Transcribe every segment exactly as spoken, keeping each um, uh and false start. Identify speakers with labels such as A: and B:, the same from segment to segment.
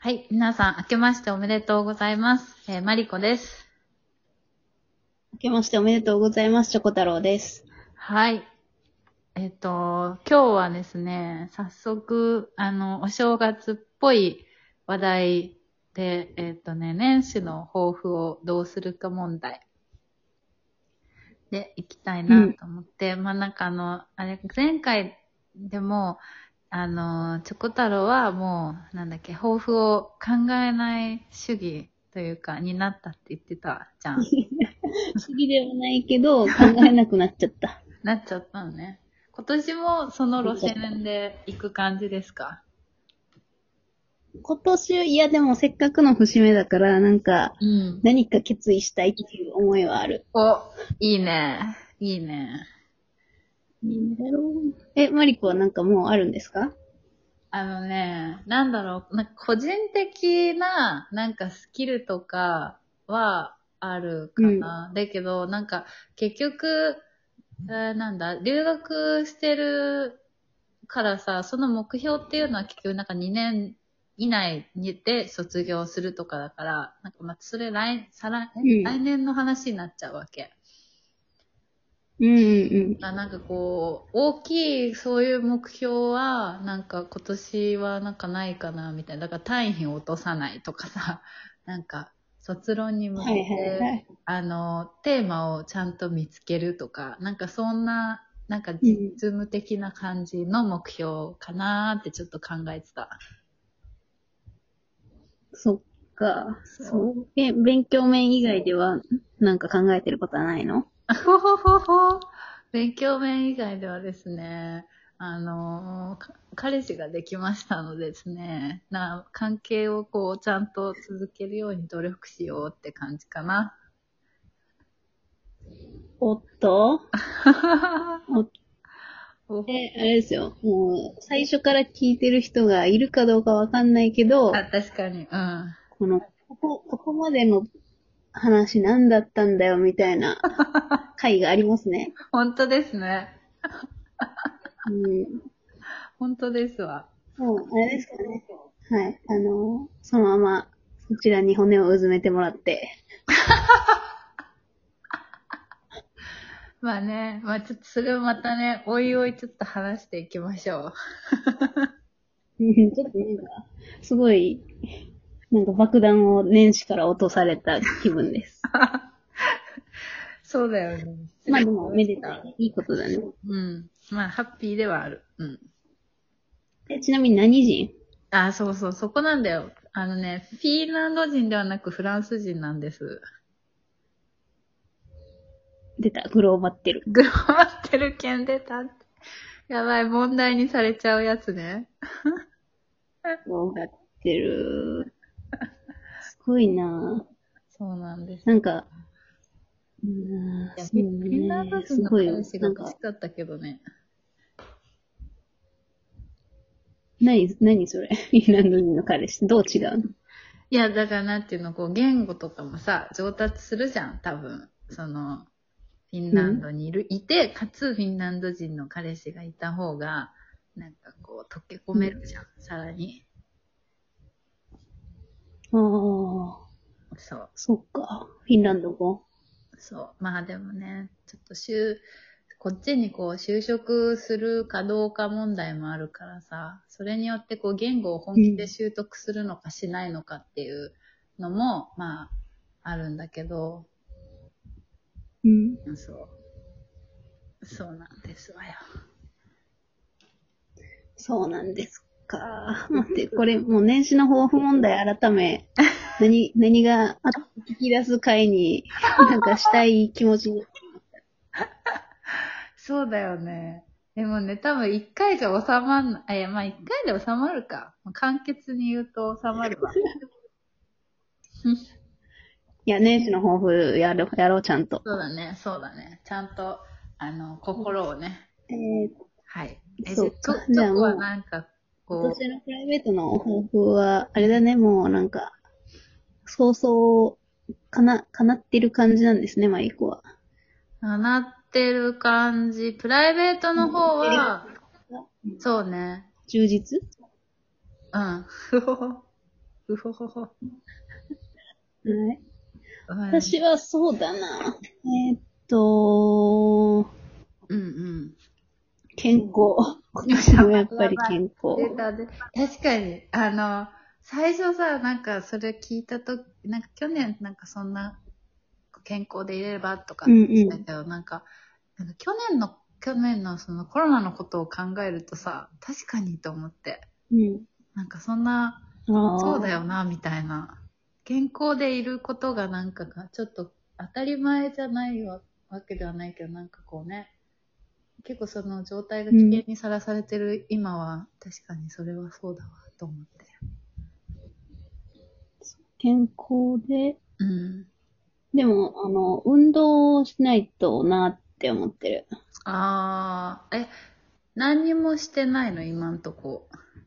A: はい。皆さん、明けましておめでとうございます。えー、マリコです。
B: 明けましておめでとうございます。チョコ太郎です。
A: はい。えっと、今日はですね、早速、あの、お正月っぽい話題で、えっとね、年始の抱負をどうするか問題でいきたいな
B: うん。
A: と思って、まあ、なんかあの、あれ、前回でも、あの、チョコ太郎はもう、なんだっけ、抱負を考えない主義というか、になったって言ってたじゃん。
B: 不思議ではないけど、考えなくなっちゃった。
A: なっちゃったのね。今年もその路
B: なっちゃった。
A: 線で行く感じですか？
B: 今年、いやでもせっかくの節目だから、なんか、
A: うん。
B: 何か決意したいっていう思いはある。
A: お、いいね。いいね。
B: いいんだろう。え、マリコはなんかもうあるんですか？
A: あのね、なんだろう、なんか個人的な、なんかスキルとかはある
B: うん。
A: かな。だけど、なんか結局、えーなんだ、留学してるからさ、その目標っていうのは結局なんかにねん以内にで卒業するとかだから、なんかまたそれ来、再来、え
B: うん。
A: 来年の話になっちゃうわけ。
B: うんうん
A: あ、なんかこう、大きいそういう目標は、なんか今年はなんかないかな、みたいな。だから単位を落とさないとかさ、なんか卒論に
B: うん。
A: 向
B: はいはい
A: けて、
B: はい。
A: あの、テーマをちゃんと見つけるとか、なんかそんな、なんか実
B: うん。
A: 務的な感じの目標かなーってちょっと考えてた。
B: そっか。
A: そう。
B: そう。え、勉強面以外では、なんか考えてることはないの？
A: ほほほほ。勉強面以外ではですね、あの、か彼氏ができましたのでですね、な、関係をこう、ちゃんと続けるように努力しようって感じかな。
B: おっとお
A: お
B: え、あれですよ。もう、最初から聞いてる人がいるかどうかわかんないけ
A: あ、
B: ど、
A: 確かに。うん。
B: この、ここ、ここまでの話何だったんだよ、みたいな回がありますね。
A: 本当ですね。
B: うん。
A: 本当ですわ。
B: もう、あれですかね。はい。あの、そのまま、そちらに骨をうずめてもらって。
A: まあね、まあちょっとそれをまたね、おいおいちょっと話していきましょう。
B: うんちょっとなんか、すごい、なんか爆弾を年始から落とされた気分です。
A: そうだよね。失礼し
B: まあでも、めでた
A: ました。
B: い。いいことだね。
A: うん。まあ、ハッピーではある。うん。
B: え、ちなみに何人？
A: あ、そうそう、そこなんだよ。あのね、フィンランド人ではなくフランス人なんです。
B: 出た、グローバってる。
A: グローバってる件出たって。やばい、問題にされちゃうやつね。
B: グローバってる。すごいなぁ。
A: そうなんです。
B: なんか、うーん、
A: いや、フ
B: そう
A: ィフィンランド
B: ね。
A: 人の
B: すごい、
A: 彼氏が
B: なんか、
A: 欲しかったけどね。
B: 何、何それ。フィンランド人の彼氏。どう違うの？
A: いや、だからなんていうの、こう、言語とかもさ、上達するじゃん、多分。その、フィンラン
B: うん。
A: ドにいる、いて、かつフィンランド人の彼氏がいた方が、なんかこう、溶け込
B: うん。
A: めるじゃん、さらに。
B: ああ、
A: そう。
B: そっか。フィンランド語。
A: そう。まあでもね、ちょっと就、こっちにこう就職するかどうか問題もあるからさ、それによってこう言語を本気で
B: うん。
A: 習得するのかしないのかっていうのも、まあ、あるんだけど、
B: うん。
A: そう。そうなんですわよ。
B: そうなんですか。待って、これもう年始の抱負問題改め、何、何があ聞き出す回に、なんかしたい気持ちに。
A: そうだよね。でもね、多分一回じゃ収まんない。あ、いや、まあ一回で収まるか。簡潔に言うと収まるわ。
B: いや、年始の抱負やろう、やろう、ちゃんと。
A: そうだね、そうだね。ちゃんと、あの、心をね。
B: えー、
A: はい。え、じゃ、
B: そうか。
A: チョ、チョコは
B: じゃあも
A: なんか、
B: う、今
A: こ
B: 年のプライベートの抱負は、あれだね、もうなんか、そうそう、かな、かなってる感じなんですね、マリコは。
A: う、なってる感じ。プライベートの方は、
B: うん
A: そうね。
B: 充実。
A: うん。 うほほほ。
B: はい。
A: うん
B: 私はそうだな。えーっと、
A: うんうん。
B: 健康。今年もやっぱり健康。
A: データで。確かに、あの、最初さ、なんかそれ聞いたとき、なんか去年なんかそんな健康でいれればとかって言ってたけど、なんか、なんか去年の、去年のそのコロナのことを考えるとさ、確かにと思って、
B: うん。
A: なんかそんな、
B: ああ。
A: そうだよな、みたいな。健康でいることがなんかが、ちょっと当たり前じゃないわわけではないけど、なんかこうね、結構その状態が危険にさらされてる今は、確かにそれはそうだわ、と思って。
B: 健康で、
A: うん。
B: でも、あの、運動をしないとなって思ってる。
A: あー、え、何にもしてないの、今んとこ。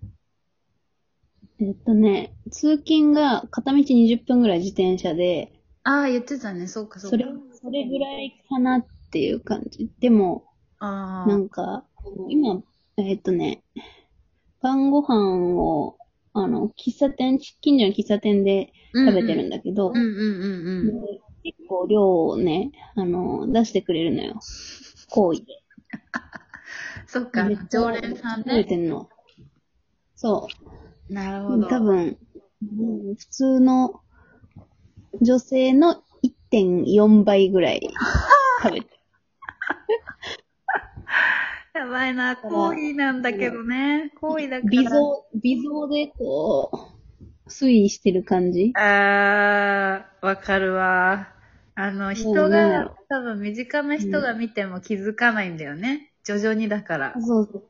B: えっとね、通勤が片道にじゅっぷんぐらい自転車で、
A: あー、言ってたね、そうかそうか。
B: それ、それぐらいかなっていう感じ。でも、な
A: あ
B: んか、あの今、えっとね、晩ご飯を、あの、喫茶店、近所の喫茶店で
A: ー、うんうん。
B: 食べてるんだけど、
A: うんうんうんうん。
B: で結構量をね、あの、出してくれるのよ。好意で。
A: そっか、
B: めっちゃ
A: 常連さん
B: 食べ
A: ね。
B: てんの。そ
A: なるほ
B: う。多
A: ど。
B: 分、うん普通の女性のいってんよんばいぐらい食べてる。
A: やばいな、
B: だから
A: コーヒーなんだけどね。コーヒーだから。
B: 微増、微増でこう、推移してる感じ。
A: あー、わかるわ。あの、
B: もう
A: 人が、
B: なんやろ。
A: 多分身近な人が見ても気づかないんだよね。徐々にだから。
B: そうそう。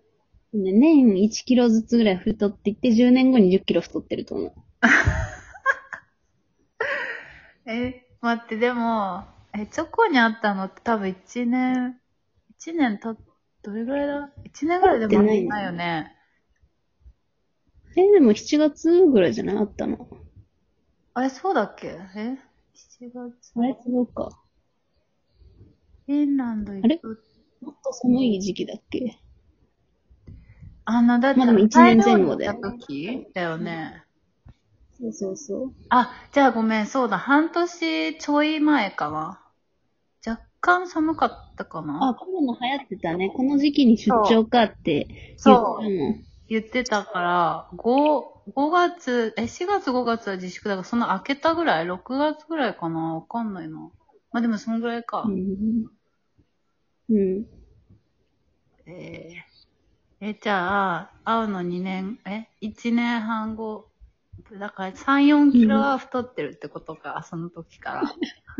B: ね、年いちキロずつぐらい太っていって、じゅうねんごにじゅっキロ太ってると思う。
A: え、待って、でも、え、チョコに会ったのって多分いちねん、いちねんた、どれぐらいだ ?いち 年ぐらいでも会ってないよね。
B: え、でもしちがつぐらいじゃないあったの。
A: あれ、そうだっけえ ?しちがつ。
B: あれ違うか。
A: フィンランド行
B: あれ
A: く。
B: もっと寒い時期だっけ。
A: あの、だって、
B: まあでも一年
A: タイ料
B: 前後だよ
A: 理行った時だよね。
B: そうそうそう。
A: あ、じゃあごめん、そうだ、半年ちょい前かな。若干寒かったか
B: あ、
A: な。
B: コロナ流行ってたね。この時期に出張かって言ってた
A: そう。
B: もん。
A: 言ってたから、ご、ごがつ、え、しがつごがつは自粛だから、その明けたぐらい ?ろく 月ぐらいかなわかんないな。まあでもそのぐらいか。
B: うん。うん。
A: えー、え、じゃあ、会うのにねん、え ?いち 年半後。だからさん、よんキロは太ってるってことか、その時から。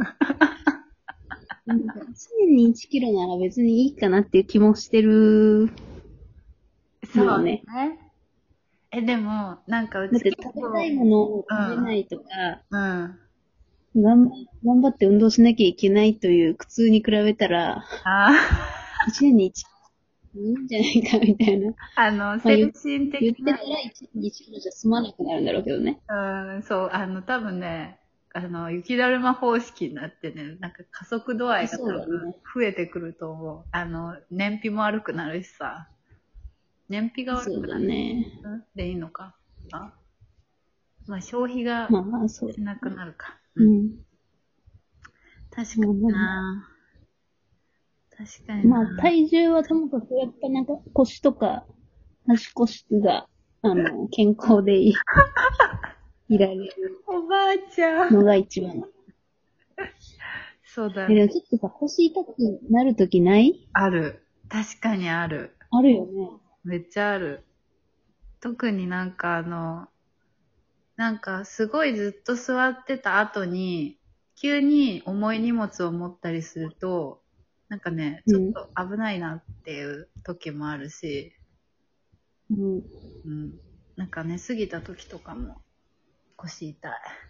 B: なんかいちねんにいちキロなら別にいいかなっていう気もしてる
A: そう
B: のよね。
A: ね。え、でも、なんかうち
B: だって食べたいものを食べないとか、
A: うん。うん。
B: 頑張頑張って運動しなきゃいけないという苦痛に比べたら、
A: あ
B: いちねんにいちいいんじゃないかみたいな。
A: あ、あの、
B: まあ、
A: 精
B: 言
A: 神
B: 言って
A: 的な、
B: たらいちねんにいちキロじゃ済まなくなるんだろうけどね。
A: うん、そう、あの、多分ね、あの、雪だるま方式になってね、なんか加速度合いが多
B: そうだ
A: 分
B: ね。
A: 増えてくると思う。あの、燃費も悪くなるしさ。燃費が悪
B: そうだ
A: くなる
B: ね。
A: でいいのかあまあ、消費が
B: まあ、そう。
A: しなくなるか。
B: う
A: うん。
B: ん。
A: 確かにな確かに
B: まあ、
A: な
B: 体重はともかく、やっぱなんか腰とか足腰が、あの、健康でいいられる
A: おばあちゃん。
B: のが一番。
A: そうだ
B: え、でもちょっとさ、腰痛くなるときない
A: ある。確かにある。
B: あるよね。
A: めっちゃある。特になんかあの、なんかすごいずっと座ってた後に、急に重い荷物を持ったりすると、なんかね、ちょっ
B: うん。
A: と危ないなっていう時もあるし、
B: うん。
A: うん。なんか寝すぎた時とかも腰痛い。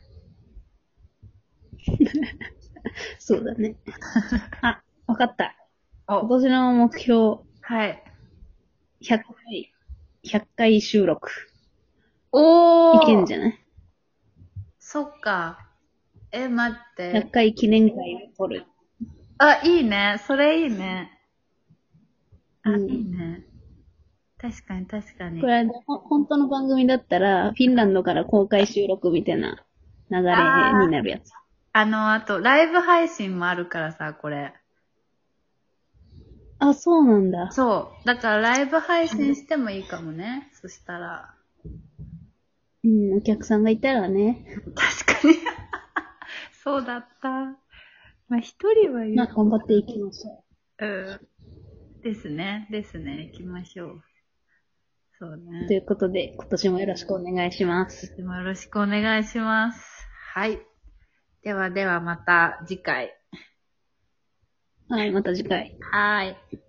B: そうだね。あ、わかった。今
A: お、
B: 年の目標、
A: はい。
B: ひゃっかい、ひゃっかい収録。
A: おー
B: いけんじゃない
A: そっか。え、待っ
B: ?ひゃっ
A: て。
B: 回記念会を取る。
A: あ、いいね。それいいね。あ、いい
B: うん。
A: ね。 確かに確かに。
B: これはほ本当の番組だったら、フィンランドから公開収録みたいな流れになるやつ。
A: あの、あと、ライブ配信もあるからさ、これ。
B: あ、そうなんだ。
A: そう。だからライブ配信してもいいかもね。そしたら。
B: うん、お客さんがいたらね。
A: 確かに。そうだった。まあ、一人はいる。
B: まあ、頑張っていきましょ
A: うん。ですね。ですね。行きましょう。そう
B: う。
A: ね。
B: ということで、今年もよろしくお願いしま
A: 今
B: す。
A: 年もよろしくお願いします。はい。ではではまた次回。
B: はい、また次回。
A: はい。